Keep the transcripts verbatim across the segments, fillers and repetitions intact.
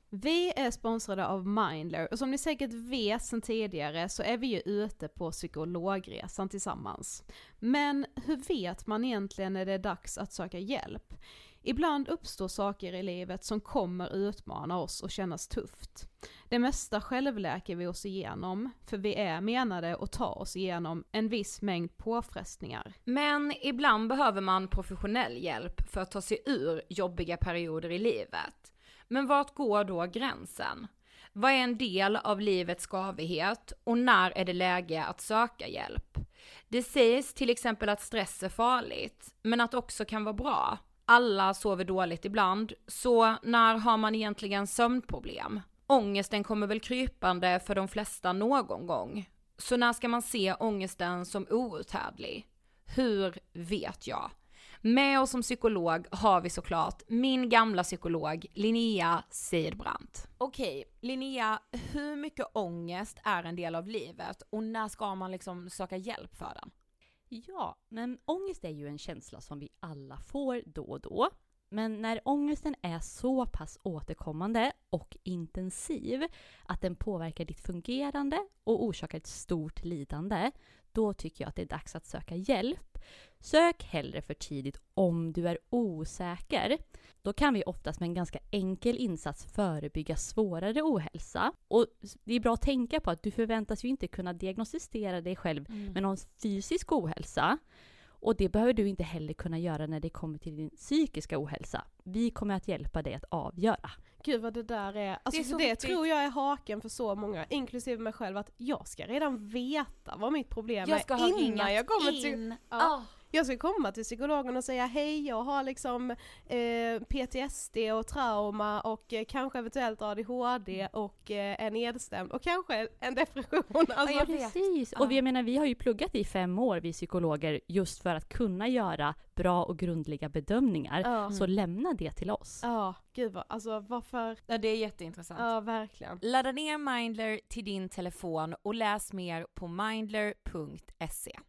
Vi är sponsrade av Mindler och som ni säkert vet sedan tidigare så är vi ju ute på psykologresan tillsammans. Men hur vet man egentligen när det är dags att söka hjälp? Ibland uppstår saker i livet som kommer utmana oss och kännas tufft. Det mesta självläker vi oss igenom, för vi är menade att ta oss igenom en viss mängd påfrestningar. Men ibland behöver man professionell hjälp för att ta sig ur jobbiga perioder i livet. Men vart går då gränsen? Vad är en del av livets skavighet och när är det läge att söka hjälp? Det sägs till exempel att stress är farligt, men att också kan vara bra. Alla sover dåligt ibland, så när har man egentligen sömnproblem? Ångesten kommer väl krypande för de flesta någon gång. Så när ska man se ångesten som outhärdlig? Hur vet jag? Med oss som psykolog har vi såklart min gamla psykolog Linnea Seidbrant. Okej, Linnea, hur mycket ångest är en del av livet och när ska man liksom söka hjälp för den? Ja, men ångest är ju en känsla som vi alla får då och då. Men när ångesten är så pass återkommande och intensiv att den påverkar ditt fungerande och orsakar ett stort lidande, då tycker jag att det är dags att söka hjälp. Sök hellre för tidigt om du är osäker. Då kan vi oftast med en ganska enkel insats förebygga svårare ohälsa. Och det är bra att tänka på att du förväntas ju inte kunna diagnostisera dig själv mm. med någon fysisk ohälsa. Och det behöver du inte heller kunna göra när det kommer till din psykiska ohälsa. Vi kommer att hjälpa dig att avgöra. Gud vad det där är. Alltså det, är det tror jag är haken för så många, inklusive mig själv, att jag ska redan veta vad mitt problem jag ska är ha innan jag kommer in. till... Ja. Oh. Jag ska komma till psykologen och säga hej, jag har liksom eh, P T S D och trauma och eh, kanske eventuellt A D H D och eh, en nedstämd och kanske en depression. Alltså, ja, precis. Och vi, menar, vi har ju pluggat i fem år, vi psykologer, just för att kunna göra bra och grundliga bedömningar. Mm. Så lämna det till oss. Ja, gud vad, alltså varför? Ja, det är jätteintressant. Ja, verkligen. Ladda ner Mindler till din telefon och läs mer på mindler punkt se.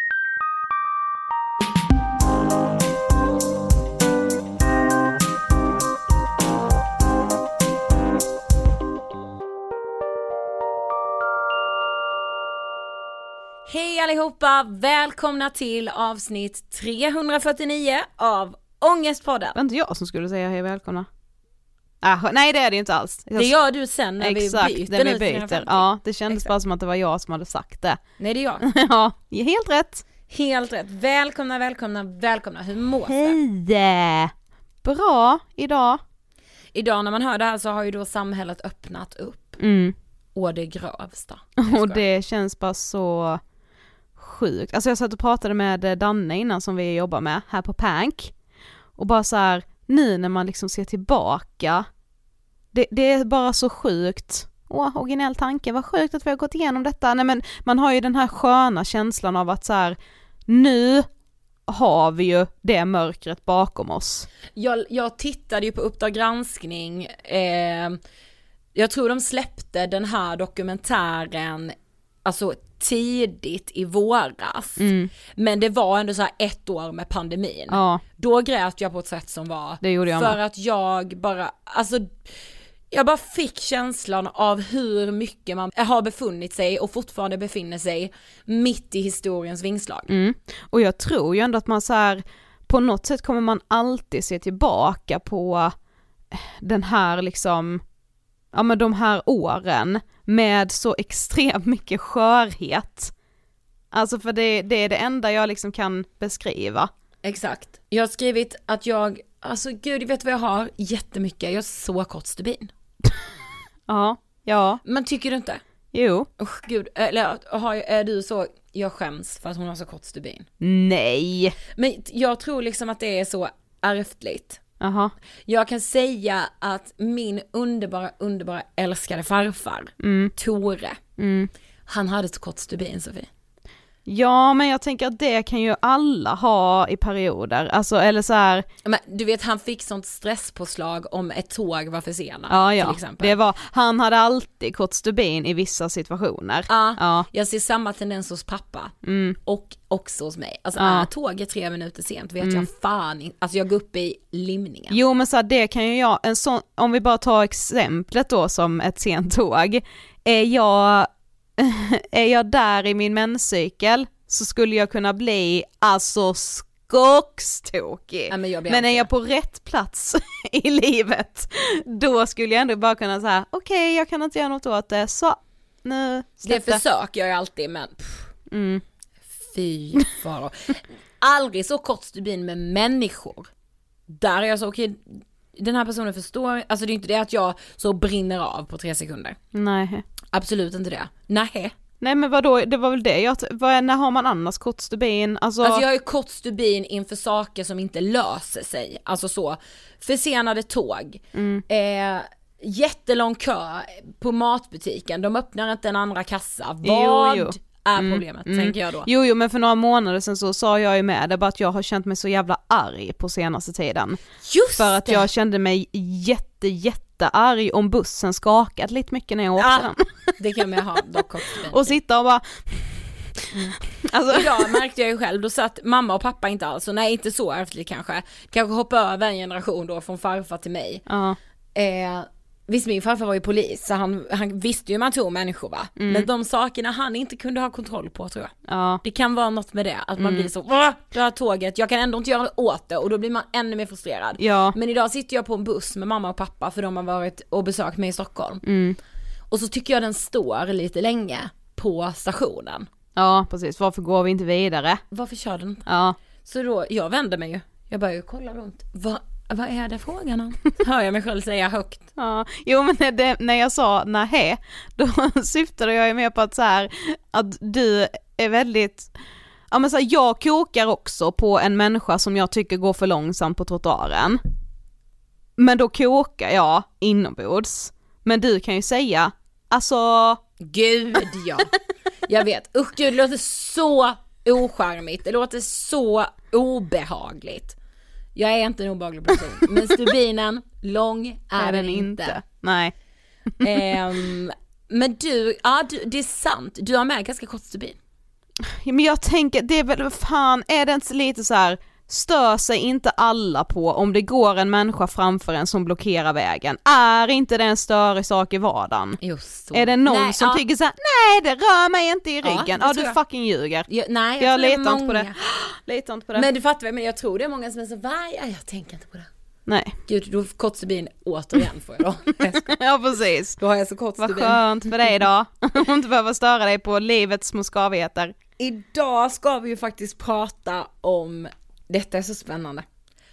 Hej allihopa, välkomna till avsnitt trehundrafyrtionio av Ångestpodden. Det var inte jag som skulle säga hej välkomna. Ah, nej det är det inte alls. Det gör du sen när Exakt, vi byter. Exakt, när vi byter. Ja, det kändes Exakt. bara som att det var jag som hade sagt det. Nej det är jag. Ja, helt rätt. Helt rätt. Välkomna, välkomna, välkomna. Hur mår det? Hej! Bra idag. Idag när man hör det här så har ju då samhället öppnat upp. Mm. Och det grövsta. Och det känns bara så sjukt. Alltså jag satt och pratade med Danne innan som vi jobbar med här på Pank. Och bara så här, nu när man liksom ser tillbaka. Det, det är bara så sjukt. Åh, originell tanke. Vad sjukt att vi har gått igenom detta. Nej men man har ju den här sköna känslan av att så här, nu har vi ju det mörkret bakom oss. Jag, jag tittade ju på Uppdrag granskning. Eh, jag tror de släppte den här dokumentären alltså tidigt i våras. Mm. Men det var ändå så här ett år med pandemin. Ja. Då grät jag på ett sätt som var. Det gjorde jag för med. Att jag bara, alltså jag bara fick känslan av hur mycket man har befunnit sig och fortfarande befinner sig mitt i historiens vingslag. Mm. Och jag tror ju ändå att man så här, på något sätt kommer man alltid se tillbaka på den här liksom, ja men de här åren med så extremt mycket skörhet. Alltså för det, det är det enda jag liksom kan beskriva. Exakt. Jag har skrivit att jag, alltså gud, vet vad jag har? Jättemycket. Jag har så kort stubin. Ja, ja. Men tycker du inte? Jo. Usch, gud. Eller har, är du så, jag skäms för att hon har så kort stubin. Nej. Men jag tror liksom att det är så ärftligt. Aha. Jag kan säga att min underbara, underbara älskade farfar, mm. Tore, mm. han hade så kort stubin, Sofie. Ja, men jag tänker att det kan ju alla ha i perioder, alltså eller så här. Men du vet, han fick sånt stresspåslag om ett tåg var försenat, Ja, ja. till exempel. Det var, han hade alltid kort stubin i vissa situationer. Ja, Ja. jag ser samma tendens hos pappa Mm. och också hos mig. Alltså Ja. är tåget tre minuter sent vet Mm. jag fan inte, alltså jag går upp i limningen. Jo, men så här, det kan ju jag, en sån, om vi bara tar exemplet då som ett sent tåg, är jag, är jag där i min menscykel så skulle jag kunna bli alltså skogstokig. Ja, men jag blir Men är alltid jag det. på rätt plats i livet, då skulle jag ändå bara kunna säga okej, okay, jag kan inte göra något åt det, så nu släpp Det försöker jag alltid, men pff, Mm. fy faro. Aldrig så kort stubin med människor. Där är jag så, okej, okay, den här personen förstår, alltså det är inte det att jag så brinner av på tre sekunder. Nej. Absolut inte det. Nej. Nej, men vadå, det var väl det jag, vad, när har man annars kort stubin? Alltså, Alltså jag har ju kort stubin inför saker som inte löser sig. Alltså så, försenade tåg, mm. eh, jättelång kö på matbutiken, de öppnar inte en andra kassa. Jo, Vad jo. är Mm, problemet, mm. tänker jag då. Jo, jo, men för några månader sedan så sa jag ju med det, bara att jag har känt mig så jävla arg på senaste tiden. Just För att det. jag kände mig jätte, jätte arg om bussen skakat lite mycket när jag åkte Ja. den. Det kan man ha dock kort stubin. Och sitta och bara... Mm. Alltså, Idag märkte jag ju själv, då satt mamma och pappa inte alls, och nej inte så ärftligt kanske, kanske hoppa över en generation då från farfar till mig. ja. Eh, visst, min farfar var ju polis, så han, han visste ju man tog människor va, Mm. men de sakerna han inte kunde ha kontroll på tror jag. Ja. Det kan vara något med det, att man Mm. blir så, "Åh, det här tåget, jag kan ändå inte göra åt det", och då blir man ännu mer frustrerad. Ja. Men idag sitter jag på en buss med mamma och pappa, för de har varit och besökt mig i Stockholm. Mm. Och så tycker jag den står lite länge på stationen. Ja, precis. Varför går vi inte vidare? Varför kör den inte? Ja. Så då, jag vänder mig ju. Jag börjar ju kolla runt. Vad, vad är det frågan om? Hör jag mig själv säga högt. Ja, jo men när, det, när jag sa nähä, då syftade jag ju mer på att så här, att du är väldigt, ja men så här, jag kokar också på en människa som jag tycker går för långsamt på trottoaren. Men då kokar jag inombords. Men du kan ju säga, alltså... Gud ja. Jag vet. Usch gud, det låter så ocharmigt. Det låter så obehagligt. Jag är inte en obehaglig person. Men stubinen, lång är, är den inte. Nej. Ehm, men du, ja du, det är sant. Du har med ganska kort stubin. Men jag tänker, det är väl, vad fan, är det inte lite så här, stör sig inte alla på om det går en människa framför en som blockerar vägen? Är inte det en större sak i vardagen? Just så. Är det någon Nej, som ja. tycker så här: nej det rör mig inte i Ja, ryggen? det Ja, tror du jag. fucking ljuger. Jag, nej, jag, Jag tror det är litar inte på många. det. Litar inte på det. Men du fattar väl, men jag tror det är många som är så, va? Ja, jag tänker inte på det. Nej. Gud, då kort stubin återigen får jag då. Jag ska- Ja, precis. Då har jag så kort Vad stubin. skönt för dig då. Om inte behöva störa dig på livets små skavigheter. Idag ska vi ju faktiskt prata om, detta är så spännande,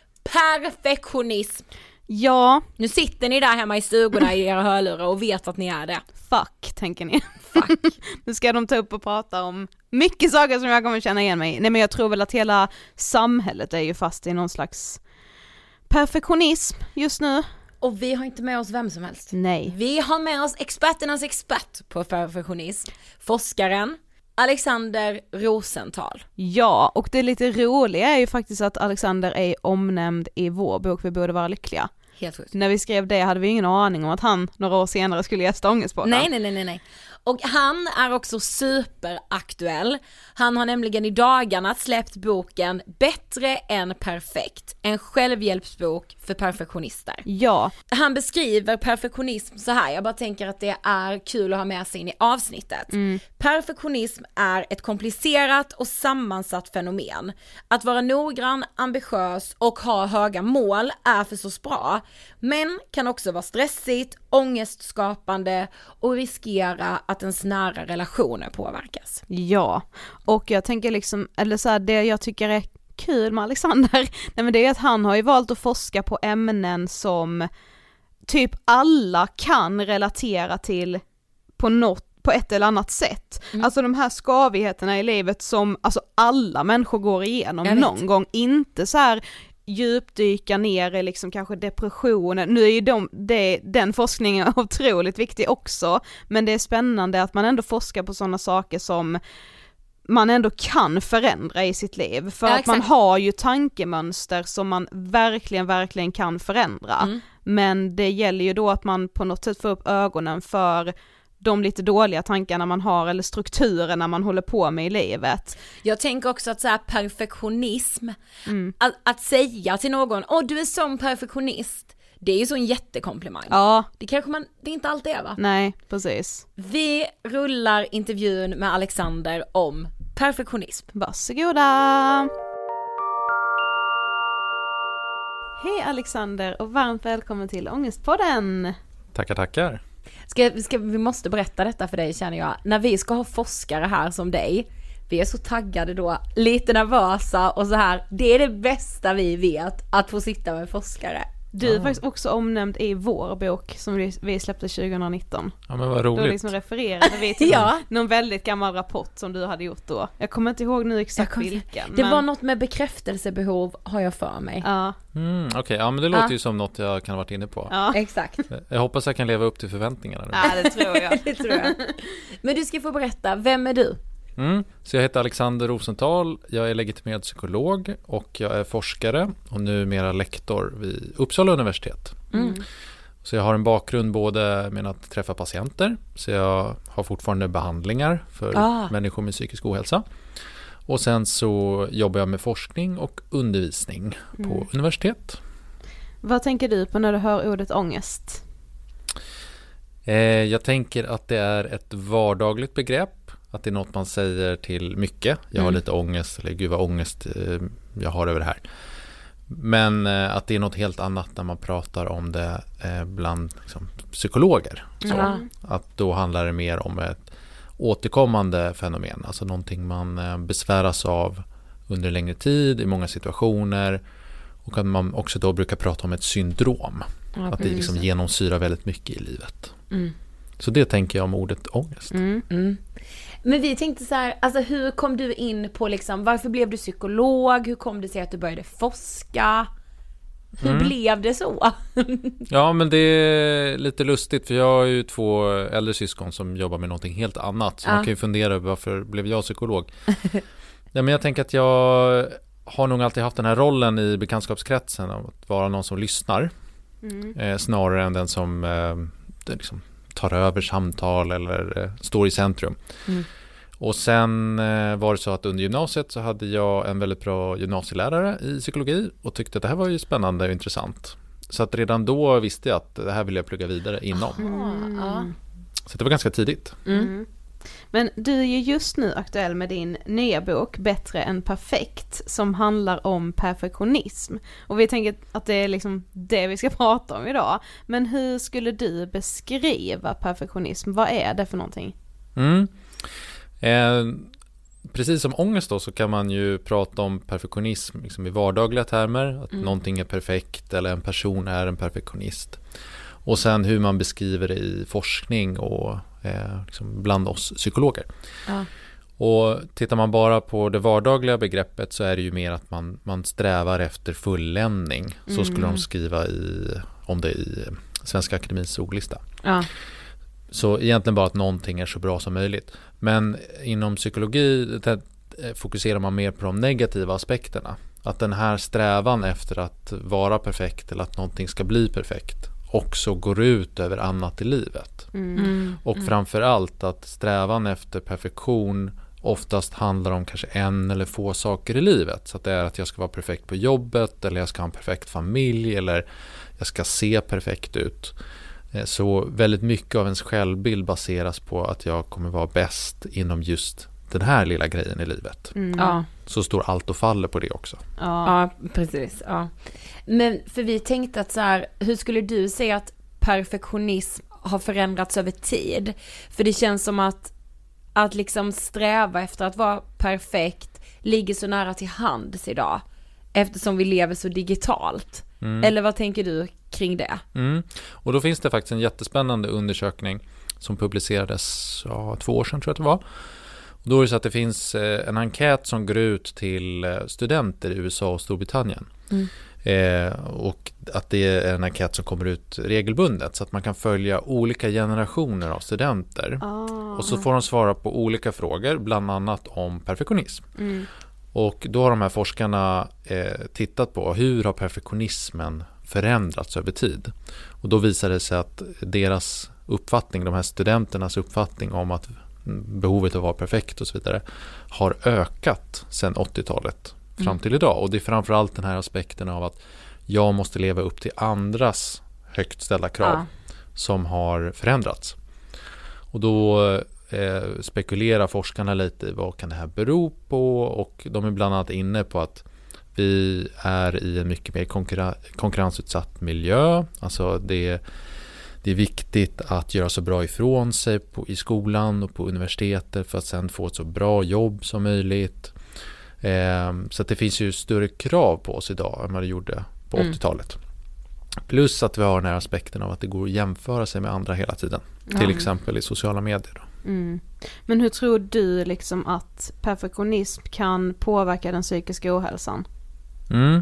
perfektionism. Ja, Nu sitter ni där hemma i stugorna i era hörlurar och vet att ni är det. fuck tänker ni. Fuck. Nu ska de ta upp och prata om mycket saker som jag kommer känna igen mig i. Nej men jag tror väl att hela samhället är ju fast i någon slags perfektionism just nu. Och vi har inte med oss vem som helst. Nej. Vi har med oss experternas expert på perfektionism, forskaren Alexander Rosenthal. Ja, och det lite roliga är ju faktiskt att Alexander är omnämnd i vår bok Vi borde vara lyckliga. Helt sjukt. När vi skrev det hade vi ingen aning om att han några år senare skulle gästa Ångestpodden. Nej, nej, nej, nej, nej. Och han är också superaktuell. Han har nämligen i dagarna släppt boken Bättre än perfekt, en självhjälpsbok för perfektionister. Ja, Han beskriver perfektionism så här, jag bara tänker att det är kul att ha med sig in i avsnittet. Mm. Perfektionism är ett komplicerat och sammansatt fenomen. Att vara noggrann, ambitiös och ha höga mål är förstås bra, men kan också vara stressigt, ångestskapande och riskera att ens nära relationer påverkas. ja. Och jag tänker liksom, eller så här, det jag tycker är kul med Alexander, nej men det är att han har ju valt att forska på ämnen som typ alla kan relatera till på något, på ett eller annat sätt. Mm. Alltså de här skavigheterna i livet som alltså alla människor går igenom Jag vet. någon gång, inte så här djupdyka ner i liksom kanske depressionen. Nu är ju de, det, den forskningen otroligt viktig också, men det är spännande att man ändå forskar på sådana saker som man ändå kan förändra i sitt liv. För Ja, att man exakt. har ju tankemönster som man verkligen, verkligen kan förändra. Mm. Men det gäller ju då att man på något sätt får upp ögonen för de lite dåliga tankarna man har eller strukturerna man håller på med i livet. Jag tänker också att så här perfektionism, Mm. att, att säga till någon, åh du är som perfektionist, det är ju så en jättekomplimang. Ja, Det kanske man, det inte alltid är va? nej, precis. Vi rullar intervjun med Alexander om perfektionism. Varsågoda! Hej Alexander och varmt välkommen till Ångestpodden! Tackar, tackar. Ska, ska, vi måste berätta detta för dig känner jag. När vi ska ha forskare här som dig, vi är så taggade då, lite nervösa och så här. Det är det bästa vi vet, att få sitta med forskare. Du är faktiskt också omnämnd i vår bok som vi, vi släppte tjugonitton. Ja, men vad Då roligt. liksom refererade vi till Ja. någon, någon väldigt gammal rapport som du hade gjort då. Jag kommer inte ihåg nu exakt Jag kommer- vilken. Det men, var något med bekräftelsebehov har jag för mig. Ja, Mm, Okej, ja men det låter Ja. ju som något jag kan ha varit inne på. ja. Exakt. Jag hoppas jag kan leva upp till förväntningarna nu. ja, det tror jag. Det tror jag. Men du ska få berätta, vem är du? Mm. Så jag heter Alexander Rosenthal, jag är legitimerad psykolog och jag är forskare och numera lektor vid Uppsala universitet. Mm. Så jag har en bakgrund både med att träffa patienter, så jag har fortfarande behandlingar för Ah. människor med psykisk ohälsa. Och sen så jobbar jag med forskning och undervisning på Mm. universitet. Vad tänker du på när du hör ordet ångest? Eh, jag tänker att det är ett vardagligt begrepp, att det är något man säger till mycket. Jag har Mm. lite ångest, eller gud vad ångest eh, jag har över det här. Men eh, att det är något helt annat när man pratar om det eh, bland liksom, psykologer. Så. Ja. Att då handlar det mer om ett återkommande fenomen, alltså någonting man eh, besväras av under längre tid, i många situationer. Och att man också då brukar prata om ett syndrom. Att det liksom genomsyrar väldigt mycket i livet. Mm. Så det tänker jag om ordet ångest. Mm. Mm. Men vi tänkte så här, alltså hur kom du in på liksom, varför blev du psykolog? Hur kom det sig att du började forska? Hur Mm. blev det så? Ja, men det är lite lustigt för jag har ju två äldre syskon som jobbar med någonting helt annat. Så Ja. man kan ju fundera över varför blev jag psykolog? Ja, men jag tänker att jag har nog alltid haft den här rollen i bekantskapskretsen av att vara någon som lyssnar. Mm. Eh, snarare än den som eh, det liksom tar över samtal eller eh, står i centrum. Mm. Och sen eh, var det så att under gymnasiet så hade jag en väldigt bra gymnasielärare i psykologi och tyckte att det här var ju spännande och intressant. Så att redan då visste jag att det här vill jag plugga vidare inom. Mm. Ja. Så det var ganska tidigt. Mm. Men du är ju just nu aktuell med din nya bok Bättre än perfekt som handlar om perfektionism. Och vi tänker att det är liksom det vi ska prata om idag. Men hur skulle du beskriva perfektionism? Vad är det för någonting? Mm. Eh, precis som ångest då så kan man ju prata om perfektionism liksom i vardagliga termer. Att Mm. någonting är perfekt eller en person är en perfektionist. Och sen hur man beskriver det i forskning och eh, liksom bland oss psykologer. Ja. Och tittar man bara på det vardagliga begreppet så är det ju mer att man, man strävar efter fulländning. Så skulle Mm. de skriva i, om det i Svenska Akademins ordlista. Ja. Så egentligen bara att någonting är så bra som möjligt. Men inom psykologi det, fokuserar man mer på de negativa aspekterna. Att den här strävan efter att vara perfekt eller att någonting ska bli perfekt också går ut över annat i livet. Mm. Mm. Och framförallt att strävan efter perfektion oftast handlar om kanske en eller få saker i livet. Så att det är att jag ska vara perfekt på jobbet eller jag ska ha en perfekt familj eller jag ska se perfekt ut. Så väldigt mycket av ens självbild baseras på att jag kommer vara bäst inom just den här lilla grejen i livet. Mm. Ja. Så står allt och faller på det också. Ja. Ja, precis. Ja. Men för vi tänkte att så här, hur skulle du säga att perfektionism har förändrats över tid? För det känns som att att liksom sträva efter att vara perfekt ligger så nära till hands idag eftersom vi lever så digitalt. Mm. Eller vad tänker du kring det? Mm. Och då finns det faktiskt en jättespännande undersökning som publicerades ja, två år sedan tror jag att det var. Och då är det så att det finns eh, en enkät som går ut till eh, studenter i U S A och Storbritannien. Mm. Eh, och att det är en enkät som kommer ut regelbundet så att man kan följa olika generationer av studenter. Ah. Och så får de svara på olika frågor, bland annat om perfektionism. Mm. Och då har de här forskarna eh, tittat på hur har perfektionismen förändrats över tid. Och då visar det sig att deras uppfattning, de här studenternas uppfattning om att behovet av att vara perfekt och så vidare har ökat sedan åttiotalet fram Mm. till idag. Och det är framförallt den här aspekten av att jag måste leva upp till andras högt ställda krav Ja. som har förändrats. Och då eh, spekulerar forskarna lite i vad kan det här bero på, och de är bland annat inne på att vi är i en mycket mer konkurren- konkurrensutsatt miljö. Alltså det, det är viktigt att göra så bra ifrån sig på, i skolan och på universitetet för att sen få ett så bra jobb som möjligt. Eh, så att det finns ju större krav på oss idag än vad det gjorde på Mm. åttiotalet. Plus att vi har den här aspekten av att det går att jämföra sig med andra hela tiden. Ja. Till exempel i sociala medier. Då. Mm. Men hur tror du liksom att perfektionism kan påverka den psykiska ohälsan? Mm.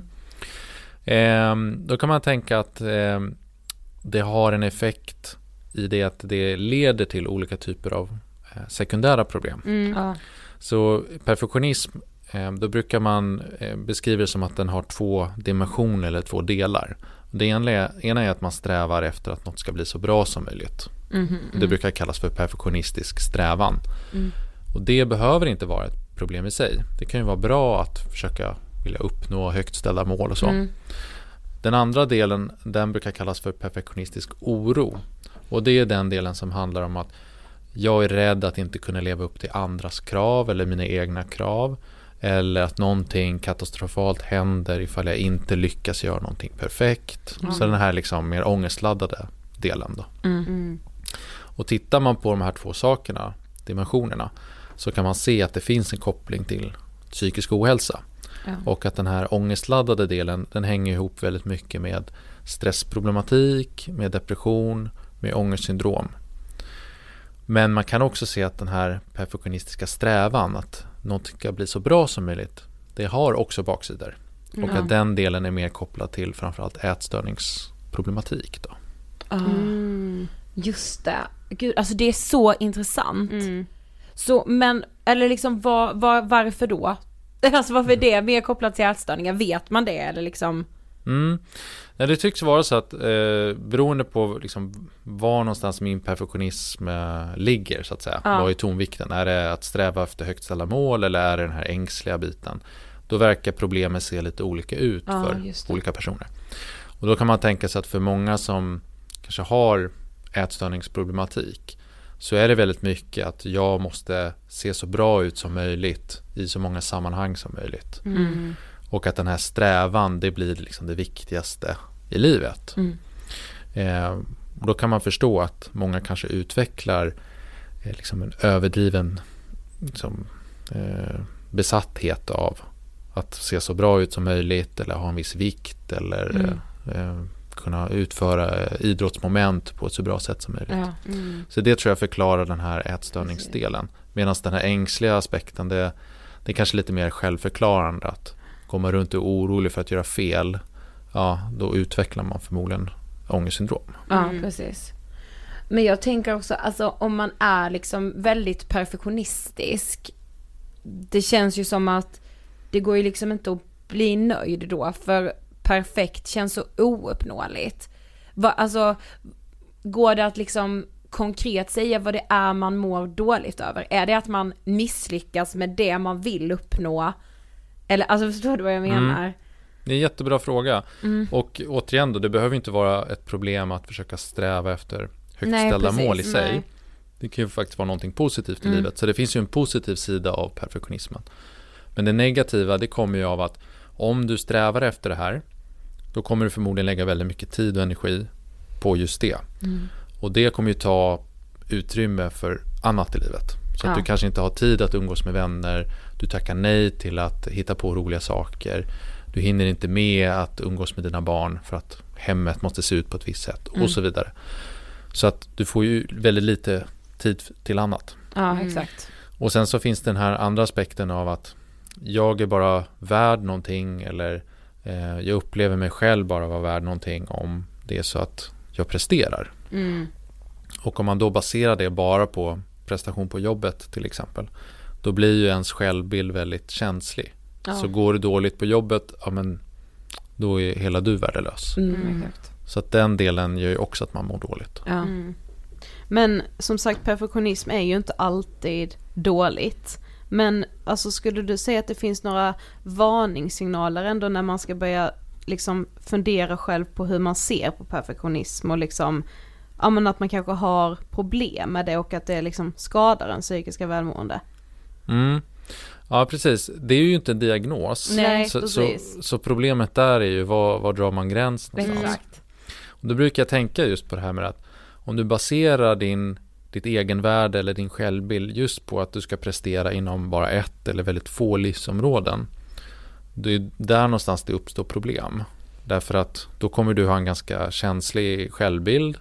Eh, då kan man tänka att eh, det har en effekt i det att det leder till olika typer av eh, sekundära problem. Mm. Ja. Så perfektionism, eh, då brukar man eh, beskriva det som att den har två dimensioner eller två delar. Det ena är, ena är att man strävar efter att något ska bli så bra som möjligt. Mhm, Det mm. brukar kallas för perfektionistisk strävan. Mm. Och det behöver inte vara ett problem i sig. Det kan ju vara bra att försöka vilja uppnå högt ställda mål och så. Mm. Den andra delen, den brukar kallas för perfektionistisk oro. Och det är den delen som handlar om att jag är rädd att inte kunna leva upp till andras krav eller mina egna krav. Eller att någonting katastrofalt händer ifall jag inte lyckas göra någonting perfekt. Mm. Så den här liksom mer ångestladdade delen då. Mm. Mm. Och tittar man på de här två sakerna, dimensionerna, så kan man se att det finns en koppling till psykisk ohälsa. Ja. Och att den här ångestladdade delen, den hänger ihop väldigt mycket med stressproblematik, med depression, med ångestsyndrom. Men man kan också se att den här perfektionistiska strävan, att något ska bli så bra som möjligt, det har också baksidor. Och Ja. att den delen är mer kopplad till framförallt ätstörningsproblematik då. Ah, Mm. just det. Gud, alltså det är så intressant. Mm. Så, men, eller liksom var, var, varför då? Alltså varför är det mer kopplat till ätstörningar? Vet man det eller liksom? Mm. Ja, det tycks vara så att eh, beroende på liksom, var någonstans min perfektionism eh, ligger så att säga, Ja. vad är tonvikten? Är det att sträva efter högt ställda mål eller är det den här ängsliga biten? Då verkar problemet se lite olika ut Ja, för just det. olika personer. Och då kan man tänka sig att för många som kanske har ätstörningsproblematik så är det väldigt mycket att jag måste se så bra ut som möjligt i så många sammanhang som möjligt. Mm. Och att den här strävan, det blir liksom det viktigaste i livet. Mm. Eh, och då kan man förstå att många kanske utvecklar eh, liksom en överdriven liksom, eh, besatthet av att se så bra ut som möjligt eller ha en viss vikt eller Mm. eh, kunna utföra idrottsmoment på ett så bra sätt som möjligt. Ja. Mm. Så det tror jag förklarar den här ätstörningsdelen. Medan den här ängsliga aspekten, det, det är kanske lite mer självförklarande att komma runt och orolig för att göra fel, ja, då utvecklar man förmodligen ångestsyndrom. Ja, Mm. precis. Men jag tänker också, alltså om man är liksom väldigt perfektionistisk, det känns ju som att det går ju liksom inte att bli nöjd då, för perfekt känns så ouppnåeligt. Va, alltså, går det att liksom konkret säga vad det är man mår dåligt över? Är det att man misslyckas med det man vill uppnå? Eller, alltså förstår du vad jag menar? Mm. Det är en jättebra fråga. Mm. Och återigen då, det behöver inte vara ett problem att försöka sträva efter högt Nej, ställda precis, mål i sig. nej. Det kan ju faktiskt vara någonting positivt i Mm. livet. Så det finns ju en positiv sida av perfektionismen. Men det negativa, det kommer ju av att om du strävar efter det här, då kommer du förmodligen lägga väldigt mycket tid och energi på just det. Mm. Och det kommer ju ta utrymme för annat i livet. Så att Ja. du kanske inte har tid att umgås med vänner, du tackar nej till att hitta på roliga saker, du hinner inte med att umgås med dina barn för att hemmet måste se ut på ett visst sätt Mm. och så vidare. Så att du får ju väldigt lite tid till annat. Ja, Mm. exakt. Och sen så finns den här andra aspekten av att jag är bara värd någonting eller eh, jag upplever mig själv bara vara värd någonting om det är så att jag presterar. Mm. Och om man då baserar det bara på prestation på jobbet till exempel, då blir ju ens självbild väldigt känslig. Ja. Så går det dåligt på jobbet, ja men då är hela du värdelös. Mm. Så att den delen gör ju också att man mår dåligt. Ja. Mm. Men som sagt, perfektionism är ju inte alltid dåligt. Men alltså, skulle du säga att det finns några varningssignaler ändå när man ska börja liksom fundera själv på hur man ser på perfektionism och liksom, ja men att man kanske har problem med det och att det liksom skadar en psykiska välmående? Mm. Ja, precis. Det är ju inte en diagnos. Nej, så, så, precis. så problemet där är ju var, var drar man gränsen någonstans? Exakt. Och då brukar jag tänka just på det här med att om du baserar din, ditt egenvärde eller din självbild just på att du ska prestera inom bara ett eller väldigt få livsområden, det är där någonstans det uppstår problem. Därför att då kommer du ha en ganska känslig självbild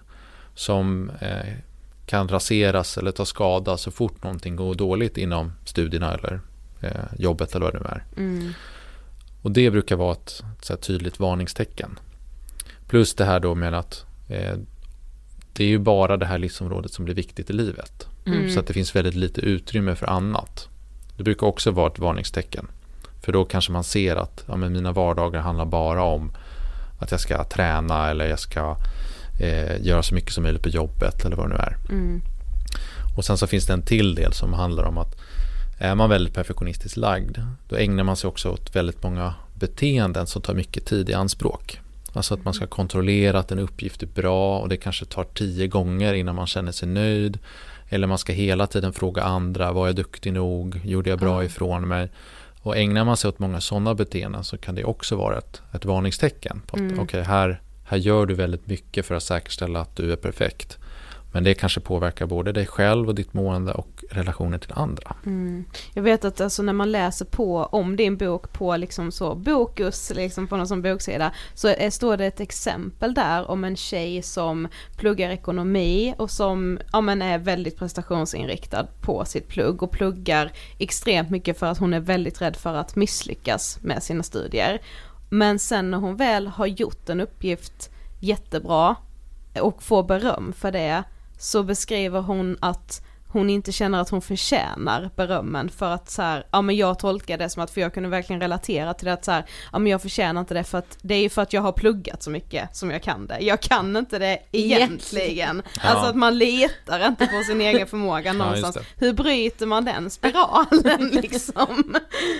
som eh, kan raseras eller ta skada så fort någonting går dåligt inom studierna eller eh, jobbet eller vad det nu är. Mm. Och det brukar vara ett, ett så här tydligt varningstecken. Plus det här då med att eh, det är ju bara det här livsområdet som blir viktigt i livet. Mm. Så att det finns väldigt lite utrymme för annat. Det brukar också vara ett varningstecken. För då kanske man ser att ja, men mina vardagar handlar bara om att jag ska träna eller jag ska eh, göra så mycket som möjligt på jobbet eller vad det nu är. Mm. Och sen så finns det en till del som handlar om att är man väldigt perfektionistiskt lagd, då ägnar man sig också åt väldigt många beteenden som tar mycket tid i anspråk. Alltså att man ska kontrollera att en uppgift är bra och det kanske tar tio gånger innan man känner sig nöjd. Eller man ska hela tiden fråga andra, var jag duktig nog? Gjorde jag bra ifrån mig? Och ägnar man sig åt många sådana beteenden så kan det också vara ett, ett varningstecken på att Mm. okej, här, här gör du väldigt mycket för att säkerställa att du är perfekt. Men det kanske påverkar både dig själv och ditt mående och relationer till andra. Mm. Jag vet att alltså när man läser på om din bok på liksom så Bokus, liksom på någon sån boksida, så är, står det ett exempel där om en tjej som pluggar ekonomi och som ja, men är väldigt prestationsinriktad på sitt plugg och pluggar extremt mycket för att hon är väldigt rädd för att misslyckas med sina studier. Men sen när hon väl har gjort en uppgift jättebra och får beröm för det, så beskriver hon att hon inte känner att hon förtjänar berömmen för att så här, ja men jag tolkar det som att, för jag kunde verkligen relatera till det att så här, ja men jag förtjänar inte det för att det är ju för att jag har pluggat så mycket som jag kan det. Jag kan inte det egentligen. Ja. Alltså att man letar inte på sin egen förmåga någonstans. Ja, hur bryter man den spiralen liksom?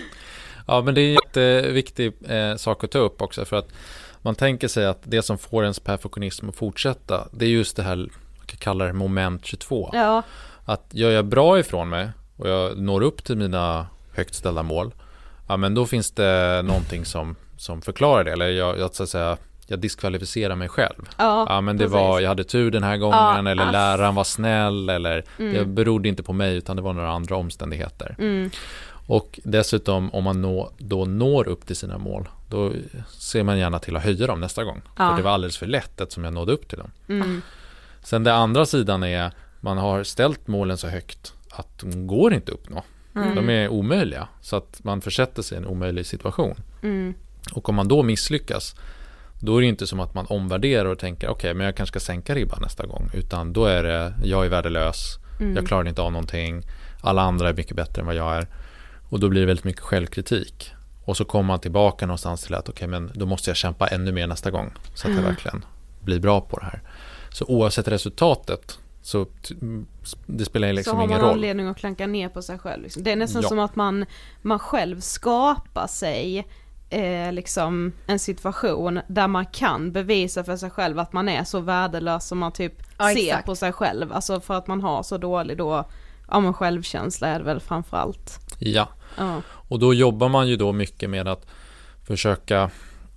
Ja, men det är en jätteviktig eh, sak att ta upp också, för att man tänker sig att det som får ens perfektionism att fortsätta, det är just det här, man kan kalla det moment tjugotvå. Ja. Att gör jag bra ifrån mig och jag når upp till mina högt ställda mål, ja men då finns det någonting som, som förklarar det. Eller jag, jag, så att säga, jag diskvalificerar mig själv. Ja, ja men det precis. var, jag hade tur den här gången, Ja, eller ass. läraren var snäll, eller Mm. det berodde inte på mig utan det var några andra omständigheter. Mm. Och dessutom om man nå, då når upp till sina mål, då ser man gärna till att höja dem nästa gång. Ja. För det var alldeles för lätt eftersom jag nådde upp till dem. Mm. Sen den andra sidan är, man har ställt målen så högt att de går inte upp nå. Mm. De är omöjliga, så att man försätter sig i en omöjlig situation. Mm. Och om man då misslyckas, då är det inte som att man omvärderar och tänker okej, okay, men jag kanske ska sänka ribban nästa gång. Utan då är det, jag är värdelös, Mm. jag klarar inte av någonting, alla andra är mycket bättre än vad jag är. Och då blir det väldigt mycket självkritik. Och så kommer man tillbaka någonstans till att okej, okay, men då måste jag kämpa ännu mer nästa gång. Så att jag Mm. verkligen blir bra på det här. Så oavsett resultatet, så t- det spelar liksom så har ingen man roll. anledning att klanka ner på sig själv. Liksom. Det är nästan Ja. som att man, man själv skapar sig eh, liksom en situation där man kan bevisa för sig själv att man är så värdelös som man typ Ja, ser exakt. på sig själv. Alltså för att man har så dålig då, ja men självkänsla är det väl framförallt. Ja. Ja. Och då jobbar man ju då mycket med att försöka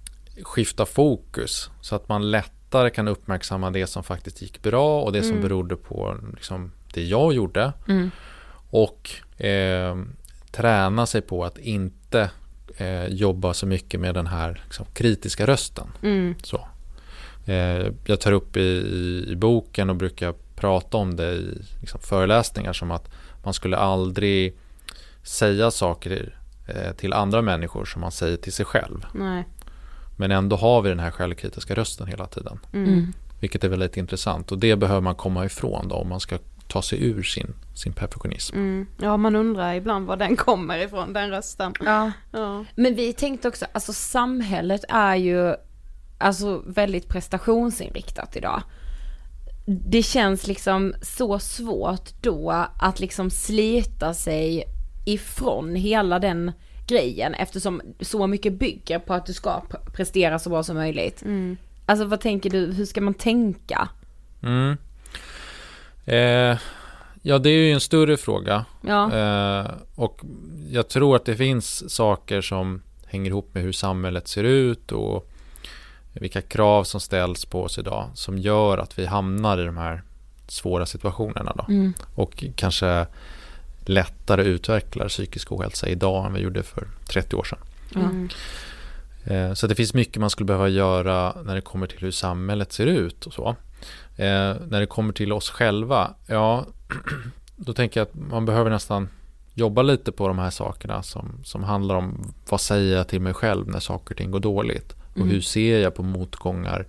skifta fokus så att man lättare kan uppmärksamma det som faktiskt gick bra och det som Mm. berodde på liksom, det jag gjorde. Mm. Och eh, träna sig på att inte eh, jobba så mycket med den här liksom, kritiska rösten. Mm. Så. Eh, jag tar upp i, i, i boken och brukar prata om det i liksom, föreläsningar som att man skulle aldrig säga saker eh, till andra människor som man säger till sig själv. Nej. Men ändå har vi den här självkritiska rösten hela tiden. Mm. Vilket är väldigt intressant. Och det behöver man komma ifrån då, om man ska ta sig ur sin, sin perfektionism. Mm. Ja, man undrar ibland var den kommer ifrån, den rösten. Ja. Ja. Men vi tänkte också, alltså samhället är ju alltså väldigt prestationsinriktat idag. Det känns liksom så svårt då att liksom slita sig ifrån hela den grejen, eftersom så mycket bygger på att du ska prestera så bra som möjligt. Mm. Alltså vad tänker du, hur ska man tänka? Mm. Eh, ja, det är ju en större fråga. Ja. Eh, och jag tror att det finns saker som hänger ihop med hur samhället ser ut och vilka krav som ställs på oss idag som gör att vi hamnar i de här svåra situationerna då. Mm. Och kanske lättare utvecklar psykisk ohälsa idag än vi gjorde för trettio år sedan. Mm. Eh, så det finns mycket man skulle behöva göra när det kommer till hur samhället ser ut och så. Eh, när det kommer till oss själva, ja, då tänker jag att man behöver nästan jobba lite på de här sakerna som, som handlar om vad säger jag till mig själv när saker och ting går dåligt. Och Mm. hur ser jag på motgångar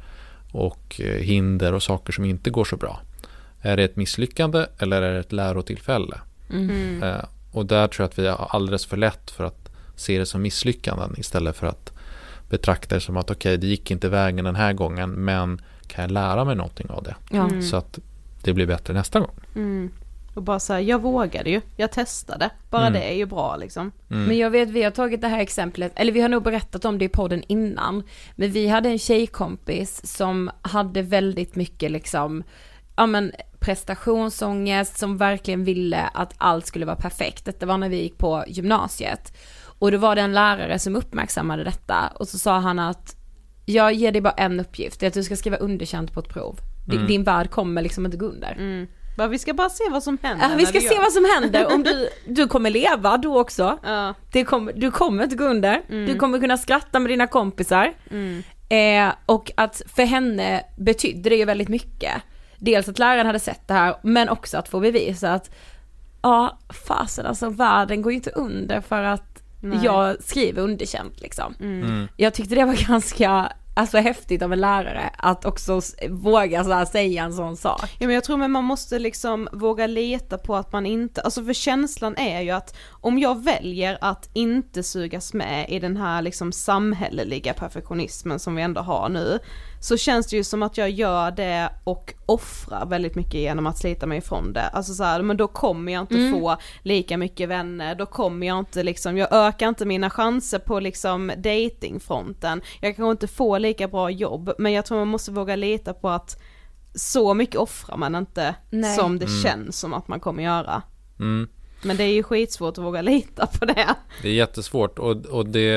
och eh, hinder och saker som inte går så bra. Är det ett misslyckande eller är det ett lärotillfälle? Mm. Eh, och där tror jag att vi har alldeles för lätt för att se det som misslyckanden istället för att betrakta det som att okej, okay, det gick inte vägen den här gången, men kan jag lära mig någonting av det? Ja. Mm. Så att det blir bättre nästa gång. Mm. Och bara så här, jag vågade ju, jag testade. Bara Mm. det är ju bra liksom. Mm. Men jag vet, vi har tagit det här exemplet, eller vi har nog berättat om det i podden innan, men vi hade en tjejkompis som hade väldigt mycket liksom, ja men prestationsångest, som verkligen ville att allt skulle vara perfekt. Detta var när vi gick på gymnasiet. Och då var det en lärare som uppmärksammade detta, och så sa han att jag ger dig bara en uppgift, det är att du ska skriva underkänt på ett prov. Din, Mm. din värld kommer liksom inte gå under. Mm. Bara, vi ska bara se vad som händer. Ja, vi när ska du se gör. vad som händer. Om du, du kommer leva då också. Ja. Det kommer, du kommer inte gå under. Mm. Du kommer kunna skratta med dina kompisar. Mm. Eh, och att för henne betydde det ju väldigt mycket. Dels att läraren hade sett det här, men också att få bevisa att ja, fasen alltså, världen går ju inte under för att Nej. jag skriver underkänt liksom. Mm. Mm. Jag tyckte det var ganska alltså häftigt av en lärare att också s- våga så här säga en sån sak. Ja, men jag tror men man måste liksom våga leta på att man inte, alltså för känslan är ju att om jag väljer att inte sugas med i den här liksom samhälleliga perfektionismen som vi ändå har nu, så känns det ju som att jag gör det och offrar väldigt mycket genom att slita mig ifrån det. Alltså så här, men då kommer jag inte Mm. få lika mycket vänner, då kommer jag inte liksom, jag ökar inte mina chanser på liksom datingfronten, jag kan inte få lika bra jobb, men jag tror man måste våga lita på att så mycket offrar man inte Nej. som det Mm. känns som att man kommer göra. Mm. Men det är ju skitsvårt att våga lita på det. Det är jättesvårt och, och det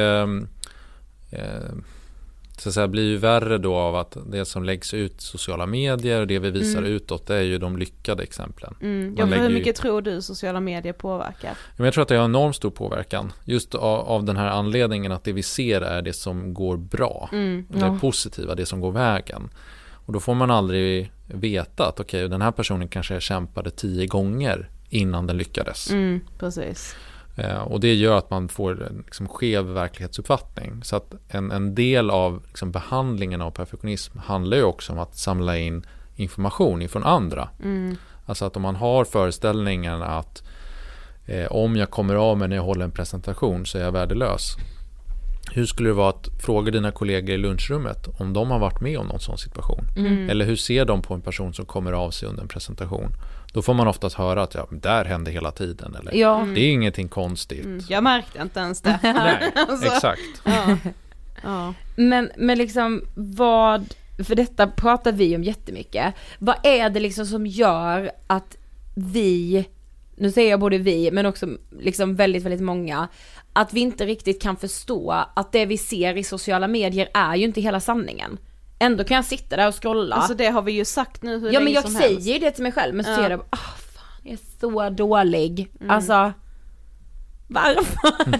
eh, så att säga, blir ju värre då av att det som läggs ut i sociala medier och det vi visar Mm. utåt, det är ju de lyckade exemplen. Mm. Man Ja, för lägger hur ju- mycket tror du sociala medier påverkar? Men jag tror att det har enormt stor påverkan just av, av den här anledningen att det vi ser är det som går bra. Mm. Det Ja. positiva, det som går vägen. Och då får man aldrig veta att okej, den här personen kanske kämpade tio gånger innan den lyckades. Mm, precis. Eh, och det gör att man får en liksom skev verklighetsuppfattning. Så att en, en del av liksom behandlingen av perfektionism handlar ju också om att samla in information ifrån andra. Mm. Alltså att om man har föreställningen att eh, om jag kommer av mig när jag håller en presentation så är jag värdelös. Hur skulle det vara att fråga dina kollegor i lunchrummet om de har varit med om någon sån situation? Mm. Eller hur ser de på en person som kommer av sig under en presentation? Då får man oftast höra att ja, men där händer hela tiden. Eller, Ja. Mm. det är ingenting konstigt. Mm. Jag märkte inte ens det. Nej, Alltså, exakt. Ja. Ja. Men, men liksom vad, för detta pratar vi om jättemycket. Vad är det liksom som gör att vi, nu säger jag både vi men också liksom väldigt, väldigt många, att vi inte riktigt kan förstå att det vi ser i sociala medier är ju inte hela sanningen. Ändå kan jag sitta där och scrolla. Alltså det har vi ju sagt nu hur ja länge men jag som säger helst. ju det till mig själv, men så Ja. ser jag bara, ah fan, jag är så dålig. Mm. Alltså, varför?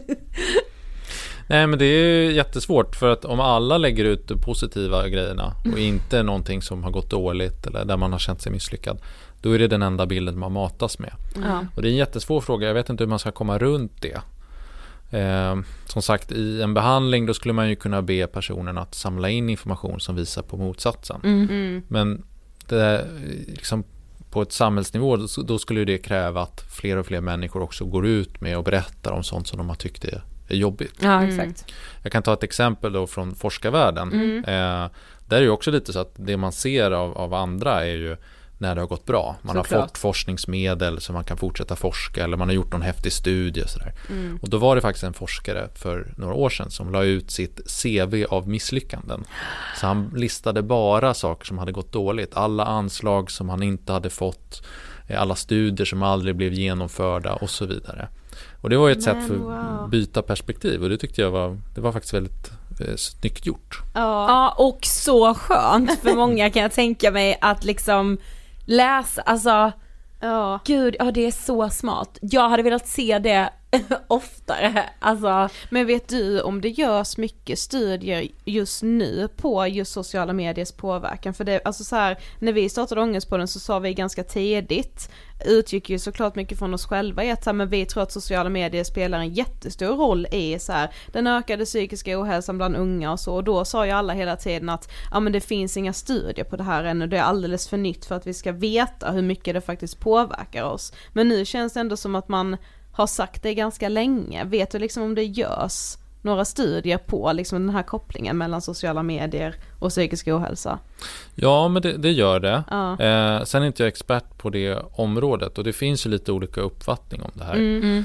Nej, men det är ju jättesvårt för att om alla lägger ut de positiva grejerna och inte någonting som har gått dåligt eller där man har känt sig misslyckad, då är det den enda bilden man matas med. Ja. Och det är en jättesvår fråga, jag vet inte hur man ska komma runt det. Eh, som sagt, i en behandling då skulle man ju kunna be personen att samla in information som visar på motsatsen. Mm. Mm. Men det, liksom, på ett samhällsnivå då, då skulle det kräva att fler och fler människor också går ut med och berättar om sånt som de har tyckt är, är jobbigt. Ja, Mm. exakt. Jag kan ta ett exempel då från forskarvärlden. Mm. Eh, där är ju också lite så att det man ser av, av andra är ju när det har gått bra. Man har Såklart. fått forskningsmedel så man kan fortsätta forska eller man har gjort någon häftig studie och sådär. Mm. Och då var det faktiskt en forskare för några år sedan som la ut sitt C V av misslyckanden. Så han listade bara saker som hade gått dåligt. Alla anslag som han inte hade fått, alla studier som aldrig blev genomförda och så vidare. Och det var ju ett Men, sätt för wow. att byta perspektiv och det tyckte jag var, det var faktiskt väldigt eh, snyggt gjort. Ja. Ja, och så skönt för många kan jag tänka mig att liksom läsa, alltså Ja. gud, ja det är så smart. Jag hade velat se det oftare, alltså. Men vet du om det görs mycket studier just nu på just sociala mediers påverkan? För det, alltså så här, när vi startade Ångestpodden så sa vi ganska tidigt, utgick ju såklart mycket från oss själva i att så här, men vi tror att sociala medier spelar en jättestor roll i så här, den ökade psykiska ohälsan bland unga och så, och då sa ju alla hela tiden att ja men det finns inga studier på det här ännu, det är alldeles för nytt för att vi ska veta hur mycket det faktiskt påverkar oss. Men nu känns det ändå som att man har sagt det ganska länge. Vet du liksom om det görs några studier på liksom den här kopplingen mellan sociala medier och psykisk ohälsa? Ja, men det, det gör det. Ja. Eh, sen är inte jag expert på det området och det finns ju lite olika uppfattning om det här. Mm.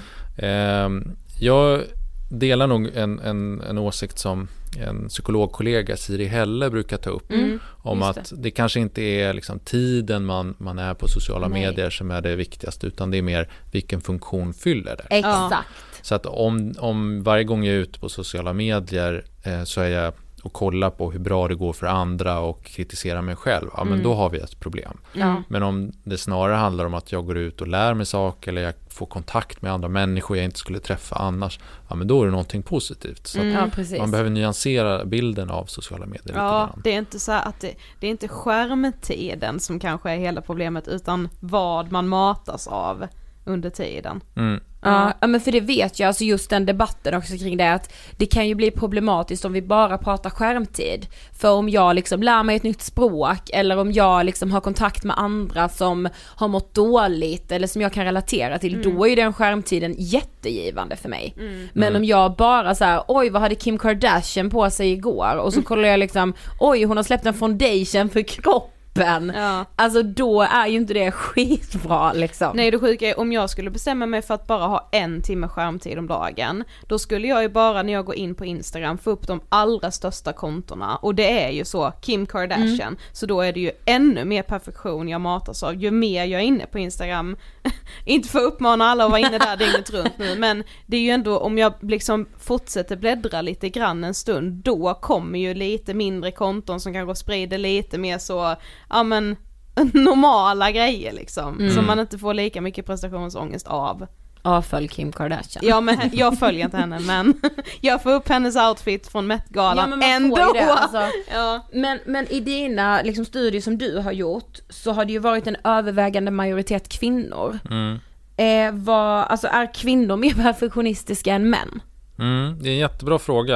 Eh, jag delar nog en, en, en åsikt som en psykologkollega, Siri Helle, brukar ta upp. Mm. Om Just att det. det kanske inte är liksom tiden man, man är på sociala Nej. medier som är det viktigaste, utan det är mer vilken funktion fyller det. Exakt. Så att om, om varje gång jag är ute på sociala medier eh, så är jag och kollar på hur bra det går för andra och kritiserar mig själv, ja men Mm. då har vi ett problem. Ja. Men om det snarare handlar om att jag går ut och lär mig saker eller jag får kontakt med andra människor jag inte skulle träffa annars, ja men då är det någonting positivt. Så att Mm. Ja, precis. man behöver nyansera bilden av sociala medier lite Ja, grann. det är inte så att det, det är inte skärmtiden som kanske är hela problemet, utan vad man matas av under tiden. Mm. Ja, ja, men för det vet jag, alltså just den debatten också kring det, att det kan ju bli problematiskt om vi bara pratar skärmtid. För om jag liksom lär mig ett nytt språk, eller om jag liksom har kontakt med andra som har mått dåligt eller som jag kan relatera till, Mm. då är den skärmtiden jättegivande för mig. Mm. Men Mm. om jag bara så här, oj vad hade Kim Kardashian på sig igår, och så kollar jag liksom, oj hon har släppt en foundation för kroppen. Ja. Alltså då är ju inte det skitbra liksom. Nej, det sjuka är, om jag skulle bestämma mig för att bara ha en timme skärmtid om dagen, då skulle jag ju bara när jag går in på Instagram få upp de allra största kontona, och det är ju så, Kim Kardashian, Mm. så då är det ju ännu mer perfektion jag matas av, ju mer jag är inne på Instagram. Inte för att uppmana alla att vara inne där dygnet runt nu, men det är ju ändå, om jag liksom fortsätter bläddra lite grann en stund, då kommer ju lite mindre konton som kanske sprider lite mer så, ja men normala grejer liksom, Mm. som man inte får lika mycket prestationsångest av. Avfölj Kim Kardashian. Ja, men jag följer inte henne, men jag får upp hennes outfit från Met-galan Ja, men man ändå. får ju det, alltså. Ja. Men, men i dina liksom, studier som du har gjort, så har det ju varit en övervägande majoritet kvinnor. Mm. Eh, vad, alltså, är kvinnor mer perfektionistiska än män? Mm, det är en jättebra fråga.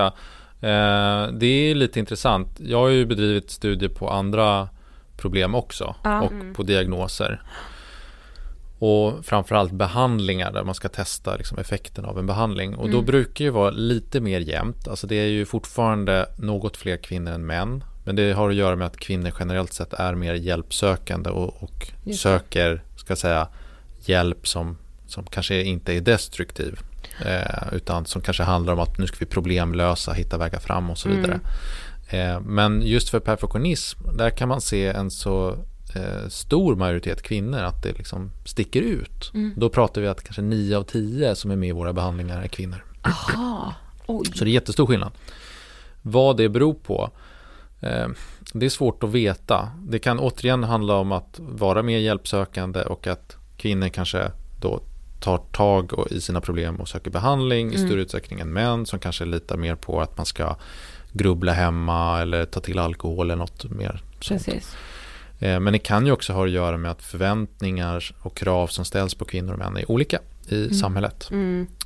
Eh, det är lite intressant. Jag har ju bedrivit studier på andra problem också Ja. och Mm. på diagnoser. Och framförallt behandlingar där man ska testa liksom, effekten av en behandling. Och då Mm. brukar ju vara lite mer jämnt. Alltså det är ju fortfarande något fler kvinnor än män. Men det har att göra med att kvinnor generellt sett är mer hjälpsökande och, och Just det. söker, ska jag säga, hjälp som, som kanske inte är destruktiv. Eh, utan som kanske handlar om att nu ska vi problemlösa, hitta vägar fram och så vidare. Eh, men just för perfektionism, där kan man se en så eh, stor majoritet kvinnor att det liksom sticker ut. Mm. Då pratar vi att kanske nio av tio som är med i våra behandlingar är kvinnor. Aha. Oj. Så det är jättestor skillnad. Vad det beror på, eh, det är svårt att veta. Det kan återigen handla om att vara mer hjälpsökande och att kvinnor kanske då tar tag i sina problem och söker behandling i Mm. större utsträckning än män som kanske litar mer på att man ska grubbla hemma eller ta till alkohol eller något mer sånt. Precis. Eh, Men det kan ju också ha att göra med att förväntningar och krav som ställs på kvinnor och män är olika i Mm. samhället. Mm.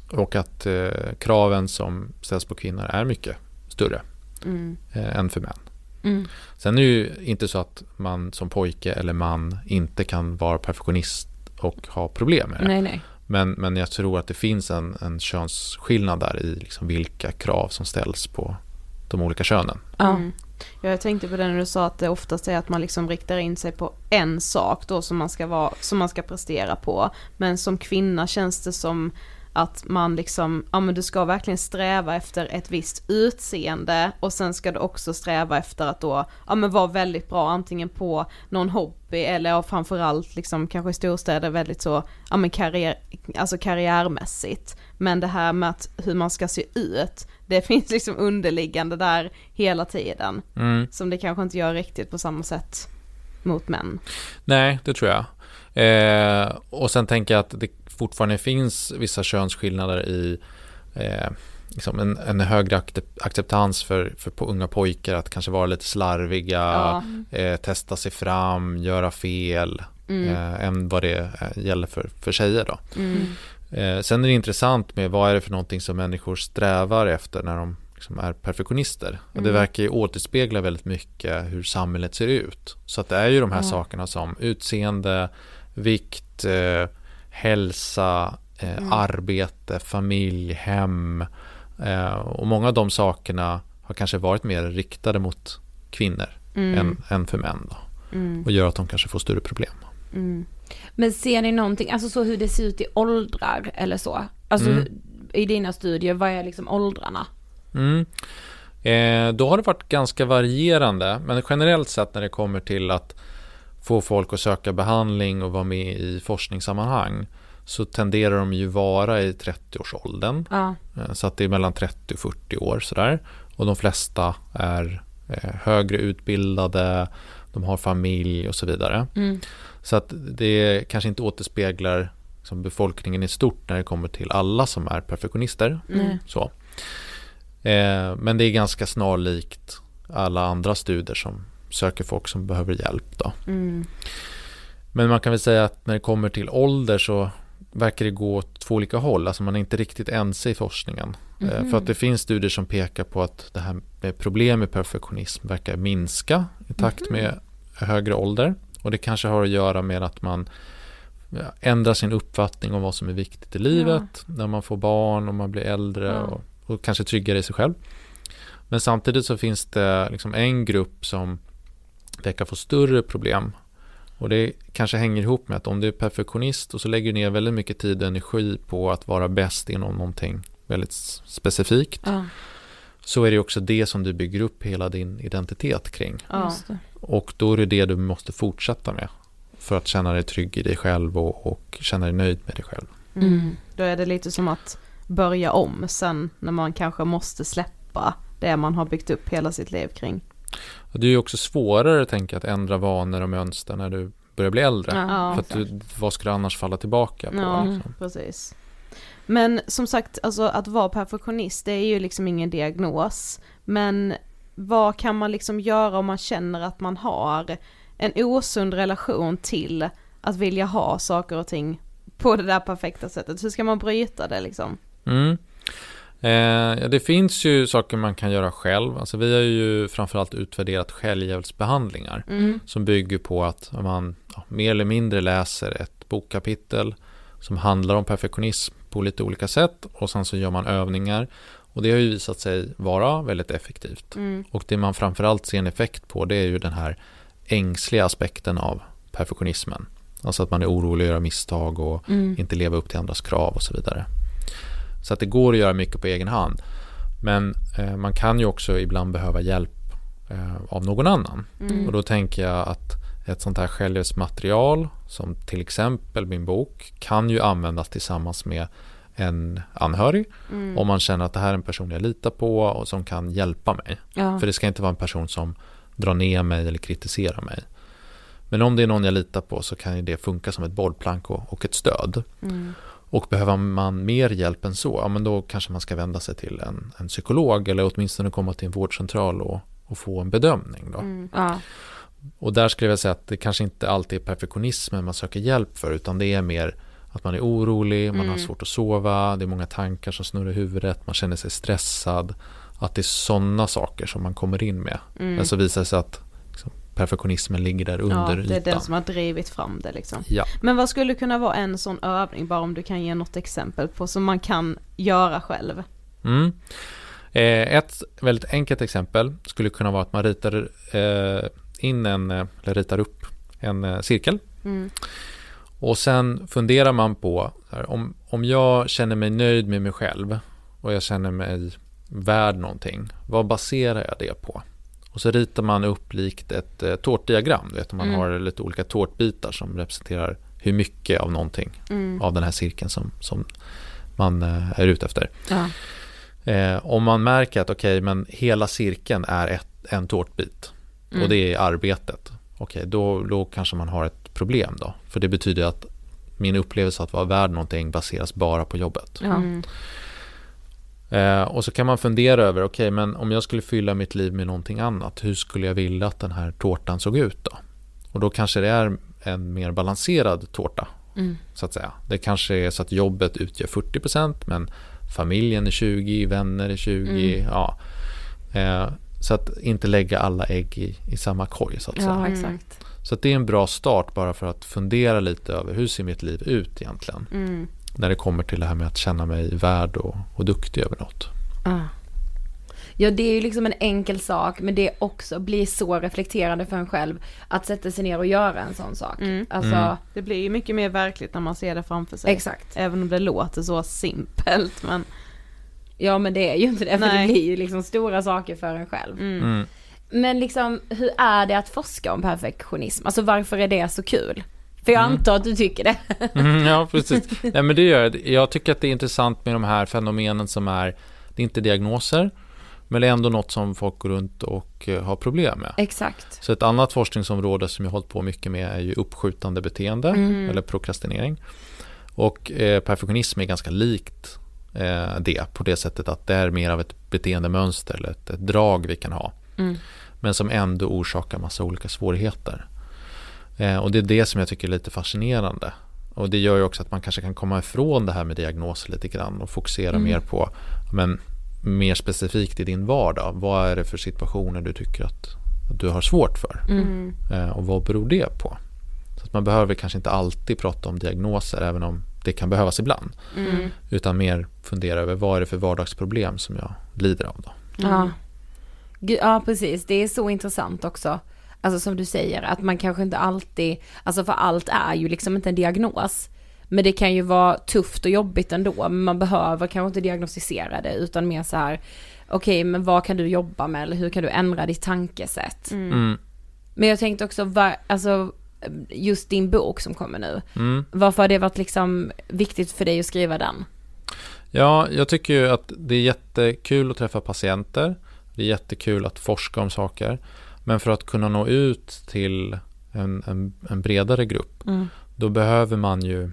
och att eh, kraven som ställs på kvinnor är mycket större Mm. eh, än för män. Mm. Sen är det ju inte så att man som pojke eller man inte kan vara perfektionist och ha problem med det. Nej, nej. Men, men jag tror att det finns en, en könsskillnad där i liksom vilka krav som ställs på de olika könen. Ja. Mm. Ja, jag tänkte på det när du sa att det oftast är att man liksom riktar in sig på en sak då som man ska vara, som man ska prestera på. Men som kvinna känns det som att man liksom, ja men du ska verkligen sträva efter ett visst utseende och sen ska du också sträva efter att då, ja men vara väldigt bra antingen på någon hobby eller ja, framförallt liksom kanske i storstäder väldigt så, ja men karriär, alltså karriärmässigt. Men det här med att hur man ska se ut, det finns liksom underliggande där hela tiden. Mm. Som det kanske inte gör riktigt på samma sätt mot män. Nej, det tror jag. Eh, och sen tänker jag att det fortfarande finns vissa könsskillnader i eh, liksom en, en högre acceptans för, för på unga pojkar att kanske vara lite slarviga, Ja. eh, testa sig fram, göra fel Mm. eh, än vad det eh, gäller för, för tjejer då. Mm. Eh, sen är det intressant med vad är det för någonting som människor strävar efter när de liksom är perfektionister. Och det Mm. verkar ju återspegla väldigt mycket hur samhället ser ut. Så att det är ju de här Ja. sakerna som utseende, vikt, eh, hälsa, eh, Mm. arbete, familj, hem. Eh, och många av de sakerna har kanske varit mer riktade mot kvinnor Mm. än, än för män då. Mm. Och gör att de kanske får större problem. Mm. Men ser ni någonting, alltså så hur det ser ut i åldrar eller så? Alltså Mm. i dina studier, vad är liksom åldrarna? Mm. Eh, då har det varit ganska varierande, men generellt sett när det kommer till att få folk att söka behandling och vara med i forskningssammanhang så tenderar de ju vara i trettioårsåldern. Ja. Eh, så att det är mellan trettio och fyrtio år sådär. Och de flesta är eh, högre utbildade, de har familj och så vidare. Mm. Så att det kanske inte återspeglar liksom, befolkningen i stort när det kommer till alla som är perfektionister. Mm. Så. Eh, men det är ganska snarlikt alla andra studier som söker folk som behöver hjälp då. Mm. Men man kan väl säga att när det kommer till ålder så verkar det gå åt två olika håll. Alltså man är inte riktigt ense i forskningen. Mhm. Eh, för att det finns studier som pekar på att det här med problem med perfektionism verkar minska i takt med högre ålder. Och det kanske har att göra med att man ja, ändrar sin uppfattning om vad som är viktigt i livet när man får barn och man blir äldre Ja. och, och kanske tryggare i sig själv. Men samtidigt så finns det liksom en grupp som verkar få större problem. Och det kanske hänger ihop med att om du är perfektionist och så lägger du ner väldigt mycket tid och energi på att vara bäst inom någonting väldigt specifikt, Ja. så är det också det som du bygger upp hela din identitet kring. Ja. Just det. Och då är det det du måste fortsätta med för att känna dig trygg i dig själv och, och känna dig nöjd med dig själv. Mm. Då är det lite som att börja om sen när man kanske måste släppa det man har byggt upp hela sitt liv kring. Och det är ju också svårare, tänker jag, att ändra vanor och mönster när du börjar bli äldre. Ja, för att du, vad ska du annars falla tillbaka på? Ja, Liksom? precis. Men som sagt, alltså att vara perfektionist, det är ju liksom ingen diagnos. Men vad kan man liksom göra om man känner att man har en osund relation till att vilja ha saker och ting på det där perfekta sättet? Hur ska man bryta det liksom? Mm. Eh, det finns ju saker man kan göra själv. Alltså vi har ju framförallt utvärderat självhjälpsbehandlingar Mm. som bygger på att man ja, mer eller mindre läser ett bokkapitel som handlar om perfektionism på lite olika sätt och sen så gör man övningar och det har ju visat sig vara väldigt effektivt. Mm. Och det man framförallt ser en effekt på, det är ju den här ängsliga aspekten av perfektionismen. Alltså att man är orolig att göra misstag och Mm. inte leva upp till andras krav och så vidare. Så att det går att göra mycket på egen hand. Men eh, man kan ju också ibland behöva hjälp eh, av någon annan. Mm. Och då tänker jag att ett sånt här självhjälpsmaterial som till exempel min bok kan ju användas tillsammans med en anhörig Mm. om man känner att det här är en person jag litar på och som kan hjälpa mig. Ja. För det ska inte vara en person som drar ner mig eller kritiserar mig. Men om det är någon jag litar på så kan ju det funka som ett bollplank och, och ett stöd. Mm. Och behöver man mer hjälp än så, ja, men då kanske man ska vända sig till en, en psykolog eller åtminstone komma till en vårdcentral och, och få en bedömning. Då. Mm. Ja. Och där skulle jag säga att det kanske inte alltid är perfektionismen man söker hjälp för, utan det är mer Att man är orolig, man Mm. har svårt att sova, det är många tankar som snurrar i huvudet, man känner sig stressad. Att det är sådana saker som man kommer in med. Mm. Men så visar det sig att liksom, perfektionismen ligger där under Ja, det är ytan. den som har drivit fram det liksom. Ja. Men vad skulle kunna vara en sån övning, bara om du kan ge något exempel på, som man kan göra själv? Mm. Eh, ett väldigt enkelt exempel skulle kunna vara att man ritar eh, in en, eller ritar upp en eh, cirkel. Mm. Och sen funderar man på, så här, om, om jag känner mig nöjd med mig själv och jag känner mig värd någonting, vad baserar jag det på? Och så ritar man upp likt ett eh, tårtdiagram. Du vet, man Mm. har lite olika tårtbitar som representerar hur mycket av någonting Mm. av den här cirkeln som, som man eh, är ute efter. Ja. Eh, om man märker att okej, men hela cirkeln är ett, en tårtbit Mm. och det är arbetet, okej, då, då kanske man har ett problem då. För det betyder att min upplevelse att vara värd någonting baseras bara på jobbet. Ja. Mm. Eh, och så kan man fundera över, okej, men om jag skulle fylla mitt liv med någonting annat, hur skulle jag vilja att den här tårtan såg ut då? Och då kanske det är en mer balanserad tårta, Mm. så att säga. Det kanske är så att jobbet utgör fyrtio procent, men familjen är tjugo, vänner är tjugo, Mm. ja. Eh, så att inte lägga alla ägg i, i samma korg, så att säga. Ja, Mm. exakt. Så att det är en bra start bara för att fundera lite över hur ser mitt liv ut egentligen. Mm. När det kommer till det här med att känna mig värd och, och duktig över något. Ja. Ja, det är ju liksom en enkel sak, men det också blir så reflekterande för en själv att sätta sig ner och göra en sån sak. Mm. Alltså, Mm. Det blir ju mycket mer verkligt när man ser det framför sig. exakt. Även om det låter så simpelt, men Ja, men det är ju inte det, för Nej. det blir ju liksom stora saker för en själv. mm. Mm. Men liksom, hur är det att forska om perfektionism? Alltså varför är det så kul? För jag Mm. antar att du tycker det. Mm, ja, precis. Nej, men det gör jag. Jag tycker att det är intressant med de här fenomenen som är, det är inte diagnoser, men det är ändå något som folk går runt och eh, har problem med. Exakt. Så ett annat forskningsområde som jag har hållit på mycket med är ju uppskjutande beteende, Mm. eller prokrastinering. Och eh, perfektionism är ganska likt eh, det, på det sättet att det är mer av ett beteendemönster eller ett, ett drag vi kan ha. Mm. Men som ändå orsakar massa olika svårigheter. Eh, och det är det som jag tycker är lite fascinerande. Och det gör ju också att man kanske kan komma ifrån det här med diagnoser lite grann och fokusera Mm. mer på, men mer specifikt i din vardag. Vad är det för situationer du tycker att, att du har svårt för? Mm. Eh, och vad beror det på? Så att man behöver kanske inte alltid prata om diagnoser, även om det kan behövas ibland. Mm. Utan mer fundera över vad är det för vardagsproblem som jag lider av då. Ja. Gud, ja, precis. Det är så intressant också. Alltså som du säger, att man kanske inte alltid, alltså för allt är ju liksom inte en diagnos. Men det kan ju vara tufft och jobbigt ändå. Men man behöver kanske inte diagnostisera det, utan mer så här, okej, men vad kan du jobba med? Eller hur kan du ändra ditt tankesätt? Mm. Mm. Men jag tänkte också, var, alltså just din bok som kommer nu. Mm. Varför har det varit liksom viktigt för dig att skriva den? Ja, jag tycker ju att det är jättekul att träffa patienter. Det är jättekul att forska om saker. Men för att kunna nå ut till en, en, en bredare grupp, Mm. då behöver man ju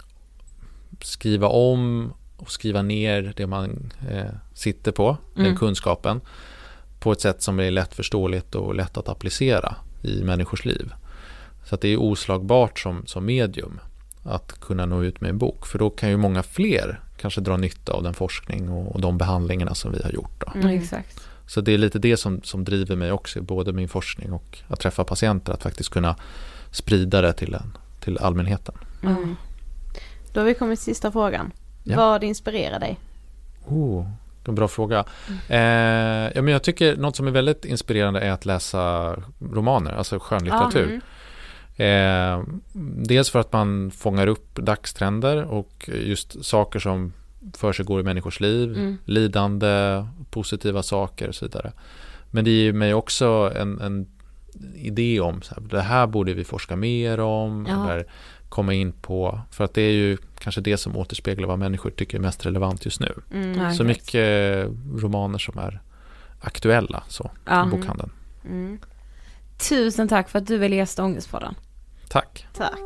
skriva om och skriva ner det man eh, sitter på, Mm. den kunskapen, på ett sätt som är lättförståeligt och lätt att applicera i människors liv. Så att det är oslagbart som, som medium att kunna nå ut med en bok. För då kan ju många fler kanske dra nytta av den forskning och, och de behandlingarna som vi har gjort då. Mm. Exakt. Så det är lite det som, som driver mig också, både min forskning och att träffa patienter, att faktiskt kunna sprida det till, en, till allmänheten. Mm. Då har vi kommit till sista frågan. Ja. Vad inspirerar dig? Oh, en bra fråga. Eh, ja, men jag tycker något som är väldigt inspirerande är att läsa romaner, alltså skönlitteratur. Mm. Eh, dels för att man fångar upp dagstrender och just saker som för sig går i människors liv, Mm. lidande, positiva saker och så vidare. Men det ger mig också en, en idé om så här, det här borde vi forska mer om, Ja. eller komma in på, för att det är ju kanske det som återspeglar vad människor tycker är mest relevant just nu. Mm. Ja. Så exakt. mycket romaner som är aktuella så, Ja. i bokhandeln. Mm. Tusen tack för att du ville gästa Ångestpodden. Tack. Tack.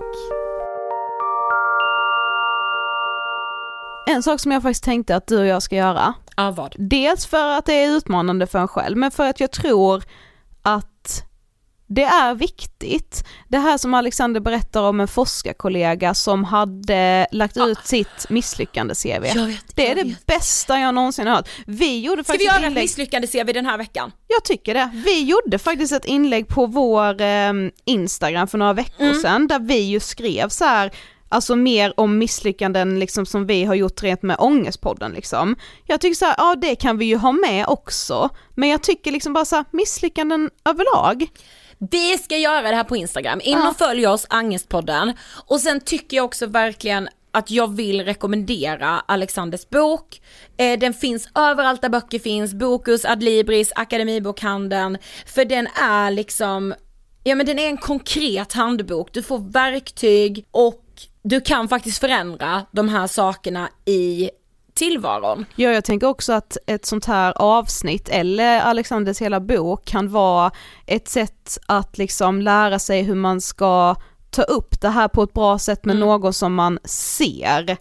En sak som jag faktiskt tänkte att du och jag ska göra, Ja, vad? dels för att det är utmanande för en själv, men för att jag tror att det är viktigt. Det här som Alexander berättar om en forskarkollega som hade lagt ut ah. sitt misslyckande-C V. Jag vet, det är jag det vet. bästa jag någonsin har hört. Vi gjorde Ska faktiskt vi göra inlägg... ett misslyckande-C V den här veckan? Jag tycker det. Vi gjorde faktiskt ett inlägg på vår eh, Instagram för några veckor mm. sedan där vi ju skrev så här, alltså mer om misslyckanden liksom som vi har gjort rent med Ångestpodden liksom. Jag tycker så här, ja det kan vi ju ha med också. Men jag tycker liksom bara så här, misslyckanden överlag. Vi ska göra det här på Instagram. In och ja. följ oss, Ångestpodden. Och sen tycker jag också verkligen att jag vill rekommendera Alexanders bok. Eh, den finns överallt där böcker finns. Bokus, Adlibris, Akademibokhandeln. För den är liksom, ja men den är en konkret handbok. Du får verktyg och du kan faktiskt förändra de här sakerna i tillvaron. Ja, jag tänker också att ett sånt här avsnitt eller Alexanders hela bok kan vara ett sätt att liksom lära sig hur man ska ta upp det här på ett bra sätt med mm. någon som man ser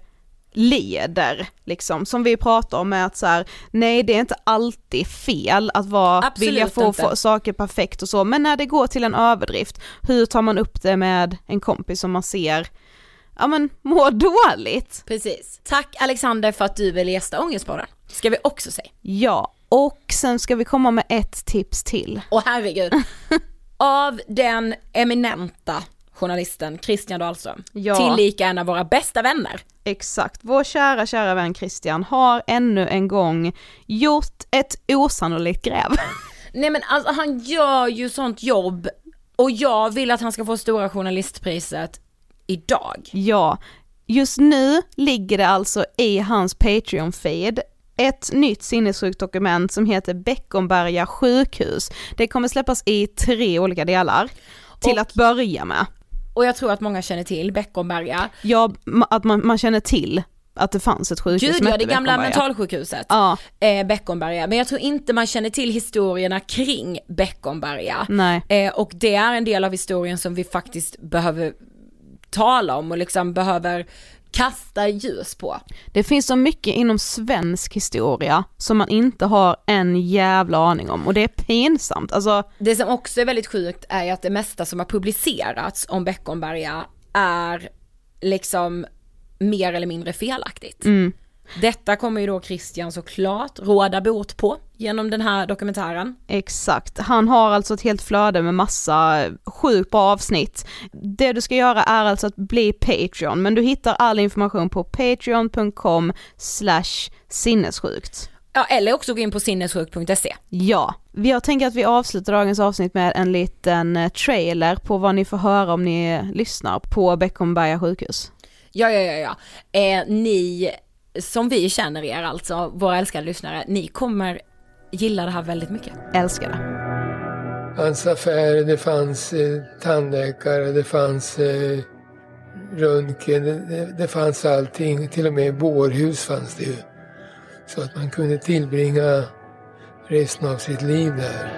leder, liksom. Som vi pratar om med att så här, nej det är inte alltid fel att vara, vilja få, få saker perfekt och så, men när det går till en överdrift, hur tar man upp det med en kompis som man ser ja men mår dåligt. Precis. Tack Alexander för att du vill gästa Ångestpodden. Ska vi också säga. Ja, och sen ska vi komma med ett tips till. Åh herregud. Av den eminenta journalisten Christian Dahlström. Ja. Tillika en av våra bästa vänner. Exakt. Vår kära, kära vän Christian har ännu en gång gjort ett osannolikt gräv. Nej men alltså han gör ju sånt jobb och jag vill att han ska få stora journalistpriset idag. Ja, just nu ligger det alltså i hans Patreon-feed ett nytt sinnessjukt dokument som heter Beckomberga sjukhus. Det kommer släppas i tre olika delar till och, att börja med. Och jag tror att många känner till Beckomberga. Ja, att man, man känner till att det fanns ett sjukhus. Gud, ja, det gamla mentalsjukhuset. Ja. Eh, Beckomberga. Men jag tror inte man känner till historierna kring Beckomberga. Nej. Eh, och det är en del av historien som vi faktiskt behöver tala om och liksom behöver kasta ljus på. Det finns så mycket inom svensk historia som man inte har en jävla aning om och det är pinsamt. Alltså... Det som också är väldigt sjukt är att det mesta som har publicerats om Beckomberga är liksom mer eller mindre felaktigt. Mm. Detta kommer ju då Christian såklart råda bot på genom den här dokumentären. Exakt. Han har alltså ett helt flöde med massa sjukt bra avsnitt. Det du ska göra är alltså att bli Patreon, men du hittar all information på patreon punkt com slash sinnessjukt. Ja, eller också gå in på sinnessjukt punkt se. Ja, jag tänker att vi avslutar dagens avsnitt med en liten trailer på vad ni får höra om ni lyssnar på Beckomberga sjukhus. Ja, ja, ja, ja. Eh, ni... som vi känner er, alltså våra älskade lyssnare, ni kommer gilla det här väldigt mycket. Älskar det. Hans affärer, det fanns eh, tandläkare, det fanns eh, röntgen, det, det fanns allting, till och med bårhus fanns det ju. Så att man kunde tillbringa resten av sitt liv där.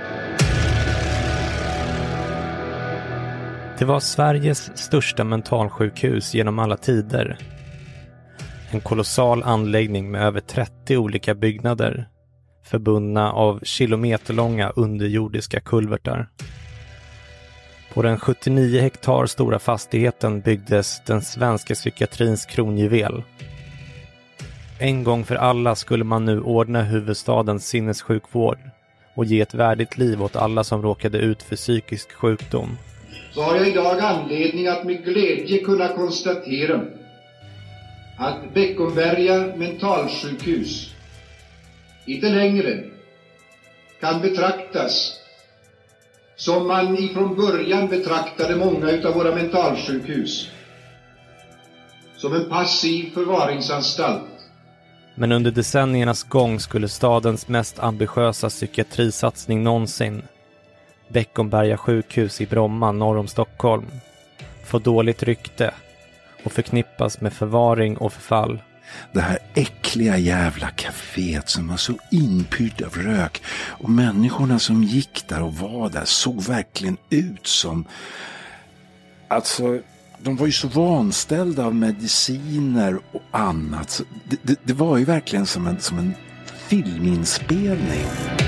Det var Sveriges största mentalsjukhus genom alla tider. En kolossal anläggning med över trettio olika byggnader, förbundna av kilometerlånga underjordiska kulvertar. På den sjuttionio hektar stora fastigheten byggdes den svenska psykiatrins kronjuvel. En gång för alla skulle man nu ordna huvudstadens sinnessjukvård och ge ett värdigt liv åt alla som råkade ut för psykisk sjukdom. Så har jag idag anledning att med glädje kunna konstatera att Beckomberga mentalsjukhus inte längre kan betraktas som man ifrån början betraktade många utav våra mentalsjukhus, som en passiv förvaringsanstalt. Men under decenniernas gång skulle stadens mest ambitiösa psykiatrisatsning någonsin, Beckomberga sjukhus i Bromma norr om Stockholm, få dåligt rykte och förknippas med förvaring och förfall. Det här äckliga jävla kaféet som var så inpyrt av rök, och människorna som gick där och var där såg verkligen ut som... Alltså, de var ju så vanställda av mediciner och annat. Det, det, det var ju verkligen som en, som en filminspelning.